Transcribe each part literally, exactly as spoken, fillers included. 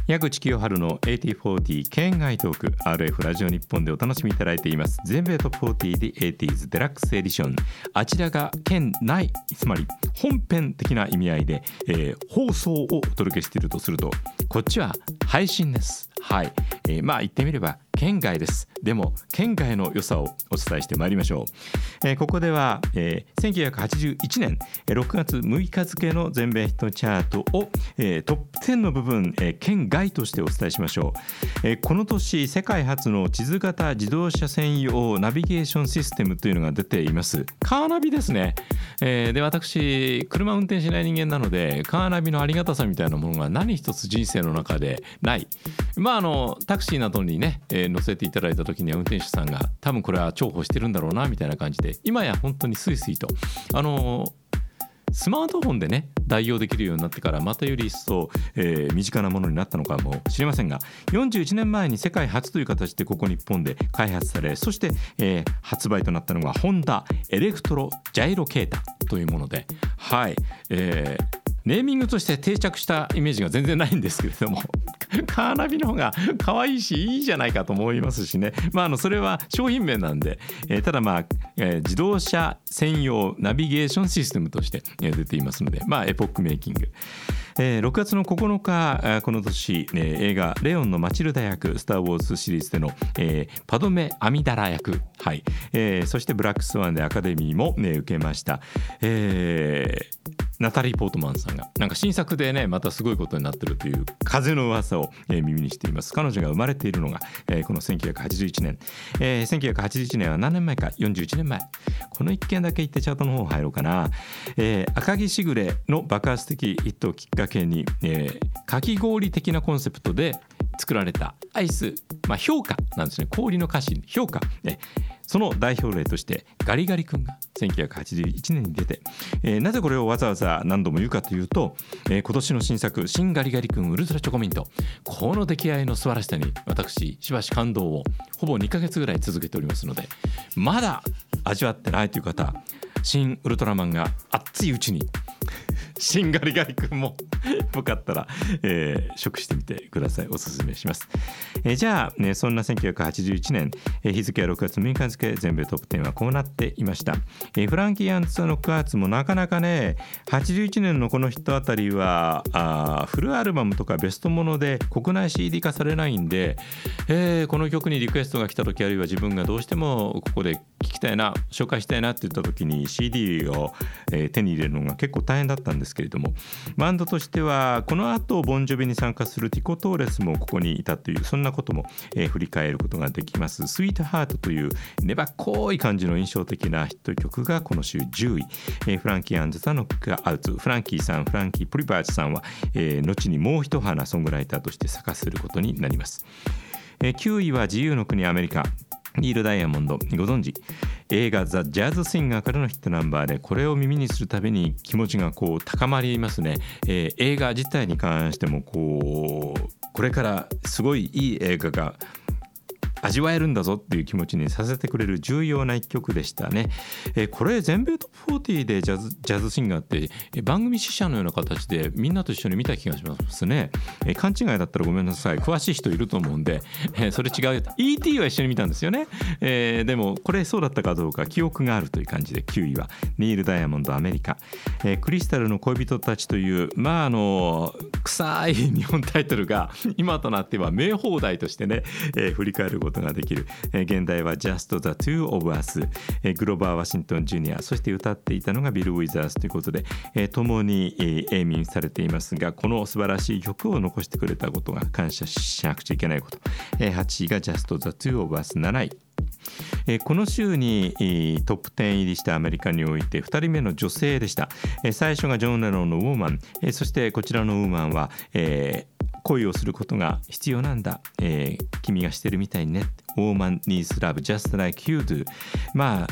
矢口清春のエイティーフォーティー県外トーク アールエフ ラジオ日本でお楽しみいただいています。全米トップフォーティー で エイティーズ デラックスエディション、あちらが県内、つまり本編的な意味合いで、えー、放送をお届けしているとすると、こっちは配信です。はい、えー、まあ言ってみれば県外です。でも県外の良さをお伝えしてまいりましょう。えー、ここでは、えー、せんきゅうひゃくはちじゅういちねんろくがつむいか付の全米ヒットチャートを、えー、トップじゅうの部分、えー、県外としてお伝えしましょう。えー、この年世界初の地図型自動車専用ナビゲーションシステムというのが出ています。カーナビですね。えー、で私車運転しない人間なので、カーナビのありがたさみたいなものが何一つ人生の中でない。まああのタクシーなどにね、えー乗せていただいた時には運転手さんが多分これは重宝してるんだろうなみたいな感じで、今や本当にスイスイとあのスマートフォンでね代用できるようになってからまたより一層、えー、身近なものになったのかもしれませんが、よんじゅういちねんまえに世界初という形でここ日本で開発され、そして、えー、発売となったのがホンダエレクトロジャイロケータというもので、はい、えーネーミングとして定着したイメージが全然ないんですけれどもカーナビの方が可愛いしいいじゃないかと思いますしね、まあ、あのそれは商品名なんで、えー、ただまあ、えー、自動車専用ナビゲーションシステムとして、えー、出ていますので、まあエポックメイキング。えー、ろくがつのここのかこの年、えー、映画レオンのマチルダ役、スター・ウォーズシリーズでの、えー、パドメ・アミダラ役、はい、えー、そしてブラックスワンでアカデミーも、ね、受けました。えーナタリー・ポートマンさんがなんか新作でねまたすごいことになってるという風の噂を、えー、耳にしています。彼女が生まれているのが、えー、このせんきゅうひゃくはちじゅういちねん、えー、せんきゅうひゃくはちじゅういちねんは何年前か、よんじゅういちねんまえ。この一件だけ言ってチャートの方入ろうかな。えー、赤城しぐれの爆発的ヒットをきっかけに、えー、かき氷的なコンセプトで作られたアイス、まあ、評価なんですね。氷の菓子評価、ね、その代表例としてガリガリ君がせんきゅうひゃくはちじゅういちねんに出て、えー、なぜこれをわざわざ何度も言うかというと、えー、今年の新作新ガリガリ君ウルトラチョコミント、この出来合いの素晴らしさに私しばし感動をほぼにかげつぐらい続けておりますので、まだ味わってないという方、新ウルトラマンが熱いうちに新ガリガリ君もよかったら、えー、食してみてください。おすすめします。えー、じゃあ、ね、そんなせんきゅうひゃくはちじゅういちねん、えー、日付はろくがつむいか付全米トップじゅうはこうなっていました。えー、フランキー・アンツのクワーツもなかなかね、はちじゅういちねんのこのヒットあたりはあフルアルバムとかベストもので国内 シーディー 化されないんで、えー、この曲にリクエストが来た時、あるいは自分がどうしてもここで聞きたいな、紹介したいなって言った時に シーディー を、えー、手に入れるのが結構大変だったんですけれども、バンドとしてはこの後ボンジョビに参加するティコ・トーレスもここにいたという、そんなことも、えー、振り返ることができます。スイートハートという粘っこい感じの印象的なヒット曲がこの週じゅうい、えー、フランキー・アンズ・ザ・ノックアウト。フランキーさん、フランキー・プリバーチさんは、えー、後にもう一花ソングライターとして咲かせることになります。えー、きゅういは自由の国アメリカ、ニール・ダイヤモンド、ご存知映画ザ・ジャズ・シンガーからのヒットナンバーで、これを耳にするたびに気持ちがこう高まりますね。えー、映画自体に関してもこうこれからすごいいい映画が味わえるんだぞっていう気持ちにさせてくれる重要な一曲でしたね。えー、これ全米トップフォーティーでジャズ、ジャズシンガーって、えー、番組試写のような形でみんなと一緒に見た気がしますね。えー、勘違いだったらごめんなさい、詳しい人いると思うんで、えー、それ違う。 イーティー は一緒に見たんですよね。えー、でもこれそうだったかどうか記憶があるという感じで、きゅういはニール・ダイヤモンドアメリカ、えー、クリスタルの恋人たちというまああの臭い日本タイトルが今となっては名放題としてね、えー、振り返ることができる。えー、現代は Just the Two of Us、えー、グローバー・ワシントン・ジュニア、そして歌っていたのがビル・ウィザースということで、えー、共に、えー、永眠されていますが、この素晴らしい曲を残してくれたことが感謝しなくちゃいけないこと。えー、はちいが Just the Two of Us、なないえー、この週に、えー、トップじゅう入りしたアメリカにおいてふたりめの女性でした。えー、最初がジョン・レノンのウォーマン、えー、そしてこちらのウーマンは、えー恋をすることが必要なんだ、えー、君がしてるみたいにね、ウォーマン needs love just like you do。 まあウ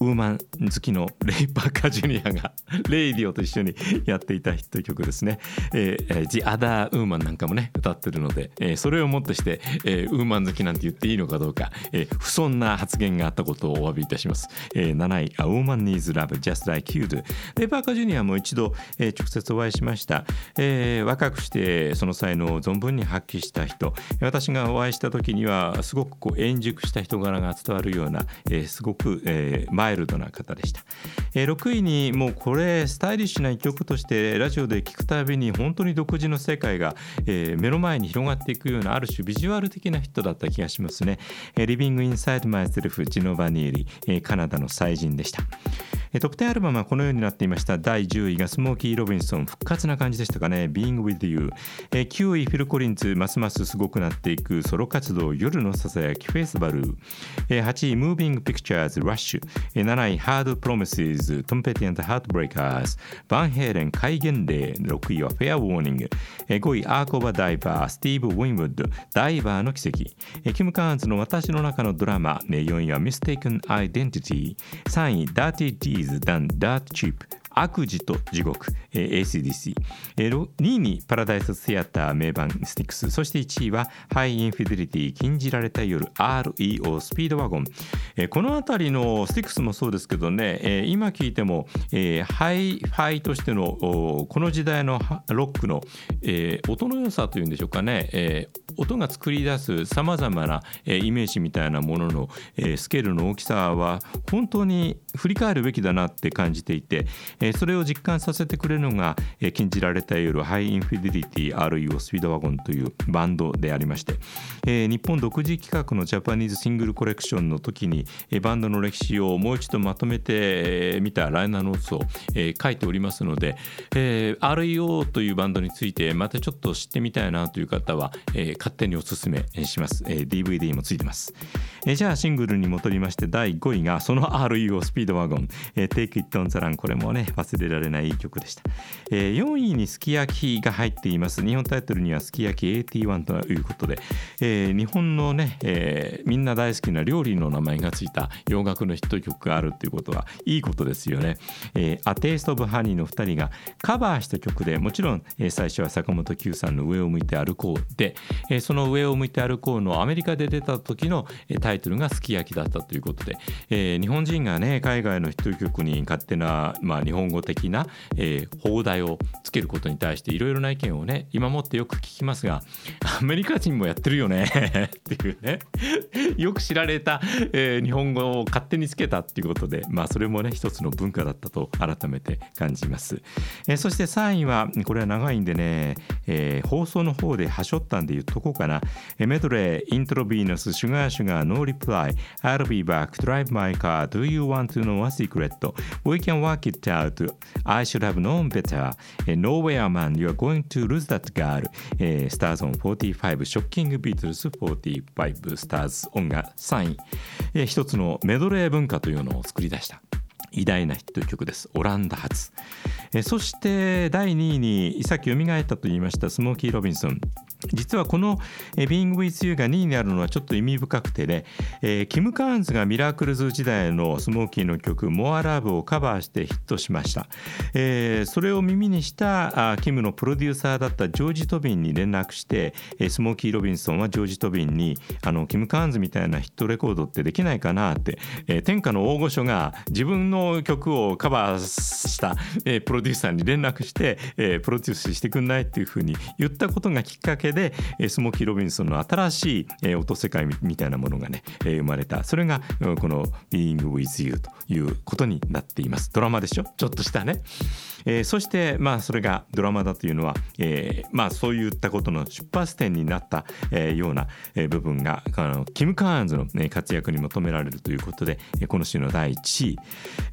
ウーマン好きのレイ・パーカージュニアがレイディオと一緒にやっていたヒット曲ですね、えー、The Other Woman なんかもね歌ってるので、えー、それをもってして、えー、ウーマン好きなんて言っていいのかどうか、えー、不遜な発言があったことをお詫びいたします。えー、なない A Woman Needs Love Just Like You Do。 レイ・パーカージュニアも一度、えー、直接お会いしました。えー、若くしてその才能を存分に発揮した人、私がお会いした時にはすごくこう円熟した人柄が伝わるような、えー、すごく、えー、マイルドな方でした。えー、ろくいにもうこれスタイリッシュな一曲としてラジオで聴くたびに本当に独自の世界が、えー、目の前に広がっていくようなある種ビジュアル的なヒットだった気がしますね。えー、Living Inside Myself ジノバニーリ、えー、カナダの才人でした。トップテンアルバムはこのようになっていました。だいじゅういがスモーキー・ロビンソン、復活な感じでしたかね。 Being with You。 きゅういフィル・コリンズ、ますますすごくなっていくソロ活動、夜のささやき、フェイスバルー。はちい Moving Pictures、ラッシュ。なない Hard Promises、トム・ペティ&ハートブレイカーズ。バンヘイレン、戒厳令。ろくいは Fair Warning。ごいアーク・オブ・ダイバー、スティーブ・ウィンウッド、ダイバーの奇跡。キム・カーンズの私の中のドラマ。よんいは Mistaken Identity。さんい Dirty Deeds Done Dirt Cheap、悪事と地獄、えー、エーシーディーシー、えー、にいにパラダイスシアター名盤スティックス、そしていちいはハイインフィデリティ禁じられた夜 アールイーオー スピードワゴン、えー、このあたりのスティックスもそうですけどね、えー、今聞いても、えー、ハイファイとしてのこの時代のロックの、えー、音の良さというんでしょうかね、えー、音が作り出すさまざまな、えー、イメージみたいなものの、えー、スケールの大きさは本当に振り返るべきだなって感じていて、それを実感させてくれるのが禁じられた夜ハイインフィデリティ アールイーオー スピードワゴンというバンドでありまして、えー、日本独自企画のジャパニーズシングルコレクションの時にバンドの歴史をもう一度まとめてみたライナーノーツを書いておりますので、えー、アールイーオー というバンドについてまたちょっと知ってみたいなという方は、えー、勝手にお勧めします。えー、ディーブイディー もついてます。えー、じゃあシングルに戻りまして、だいごいがその アールイーオー スピードワゴン、えー、Take It On the Run。 これもね忘れられないいい曲でした。えー、よんいにすき焼きが入っています。日本タイトルにはすき焼きはちじゅういちということで、えー、日本のね、えー、みんな大好きな料理の名前がついた洋楽のヒット曲があるということはいいことですよね。えー、A Taste of Honey のふたりがカバーした曲で、もちろん、えー、最初は坂本九さんの上を向いて歩こうで、えー、その上を向いて歩こうのアメリカで出た時のタイトルがすき焼きだったということで、えー、日本人がね海外のヒット曲に勝手な、まあ、日本語的な、えー、放題をつけることに対していろいろな意見をね今もってよく聞きますが、アメリカ人もやってるよねっていうねよく知られた、えー、日本語を勝手につけたっていうことで、まあそれもね一つの文化だったと改めて感じます。えー、そしてさんいはこれは長いんでね、えー、放送の方ではしょったんで言っとこうかな。メドレーイントロビーナスシュガーシュガーノーリプライ I'll be back drive my car do you want to know a secret we can work it out I should have known better nowhere man you are going to lose that girl、えー、スターズオンよんじゅうごショッキングビートルズよんじゅうごスターズオンがさんい、えー、一つのメドレー文化というのを作り出した偉大なヒット曲です。オランダ発。えそしてだいにいにさっき蘇ったと言いましたスモーキー・ロビンソン。実はこの Being with You がにいにあるのはちょっと意味深くてね、えー、キム・カーンズがミラクルズ時代のスモーキーの曲 More Love をカバーしてヒットしました。えー、それを耳にしたあキムのプロデューサーだったジョージ・トビンに連絡して、えー、スモーキー・ロビンソンはジョージ・トビンにあのキム・カーンズみたいなヒットレコードってできないかなって、えー、天下の大御所が自分の曲をカバーした、えー、プロデューサーに連絡して、えー、プロデュースしてくんないっていうふうに言ったことがきっかけでスモーキー・ロビンソンの新しい音世界みたいなものがね生まれた。それがこの Being with You ということになっています。ドラマでしょ、ちょっとしたね。えー、そしてまあそれがドラマだというのは、えー、まあそういったことの出発点になった、えー、ような部分があのキム・カーンズの、ね、活躍に求められるということでこの週のだいいちい、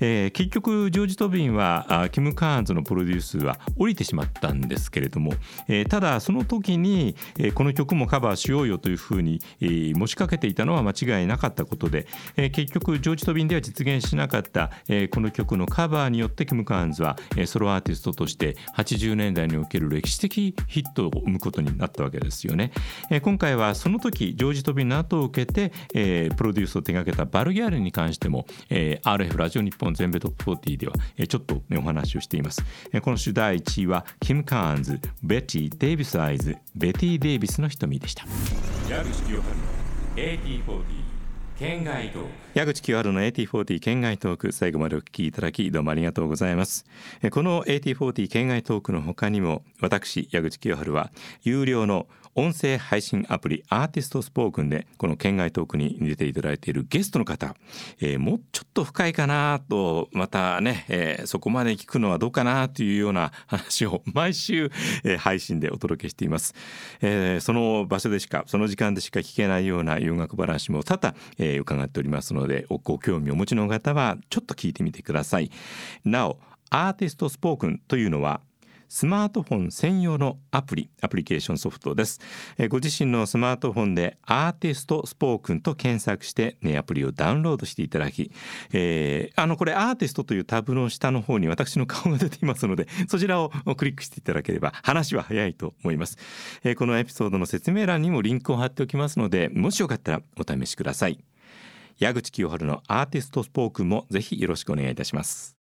えー、結局ジョージ・トビンはキム・カーンズのプロデュースは降りてしまったんですけれども、えー、ただその時に、えー、この曲もカバーしようよというふうに、えー、持ちかけていたのは間違いなかったことで、えー、結局ジョージ・トビンでは実現しなかった、えー、この曲のカバーによってキム・カーンズは、えー、ソロアーティストとしてはちじゅうねんだいにおける歴史的ヒットを生むことになったわけですよね。えー、今回はその時ジョージ・トビンの後を受けて、えー、プロデュースを手掛けたバルギャーレに関しても、えー、アールエフ ラジオ日本全米トップフォーティーでは、えー、ちょっと、ね、お話をしています。えー、この週だいいちいはキム・カーンズ、ベティ・デイビス・アイズ、ベティ・デイビスの瞳でした。矢口清春の エーティーフォーティー県外トーク。矢口清春の エーティーフォーティー県外トーク、最後までお聞きいただきどうもありがとうございます。この エーティーフォーティー県外トークの他にも、私矢口清春は有料の音声配信アプリアーティストスポークンでこの県外トークに出ていただいているゲストの方、えー、もうちょっと深いかなと、またね、えー、そこまで聞くのはどうかなというような話を毎週、えー、配信でお届けしています。えー、その場所でしか、その時間でしか聞けないような洋楽話も多々、えー、伺っておりますので、ご興味をお持ちの方はちょっと聞いてみてください。なお、アーティストスポークンというのはスマートフォン専用のアプリ、アプリケーションソフトです。えー、ご自身のスマートフォンでアーティストスポークンと検索して、ね、アプリをダウンロードしていただき、えー、あのこれアーティストというタブの下の方に私の顔が出ていますので、そちらをクリックしていただければ話は早いと思います。えー、このエピソードの説明欄にもリンクを貼っておきますので、もしよかったらお試しください。矢口清春のアーティストスポークンもぜひよろしくお願いいたします。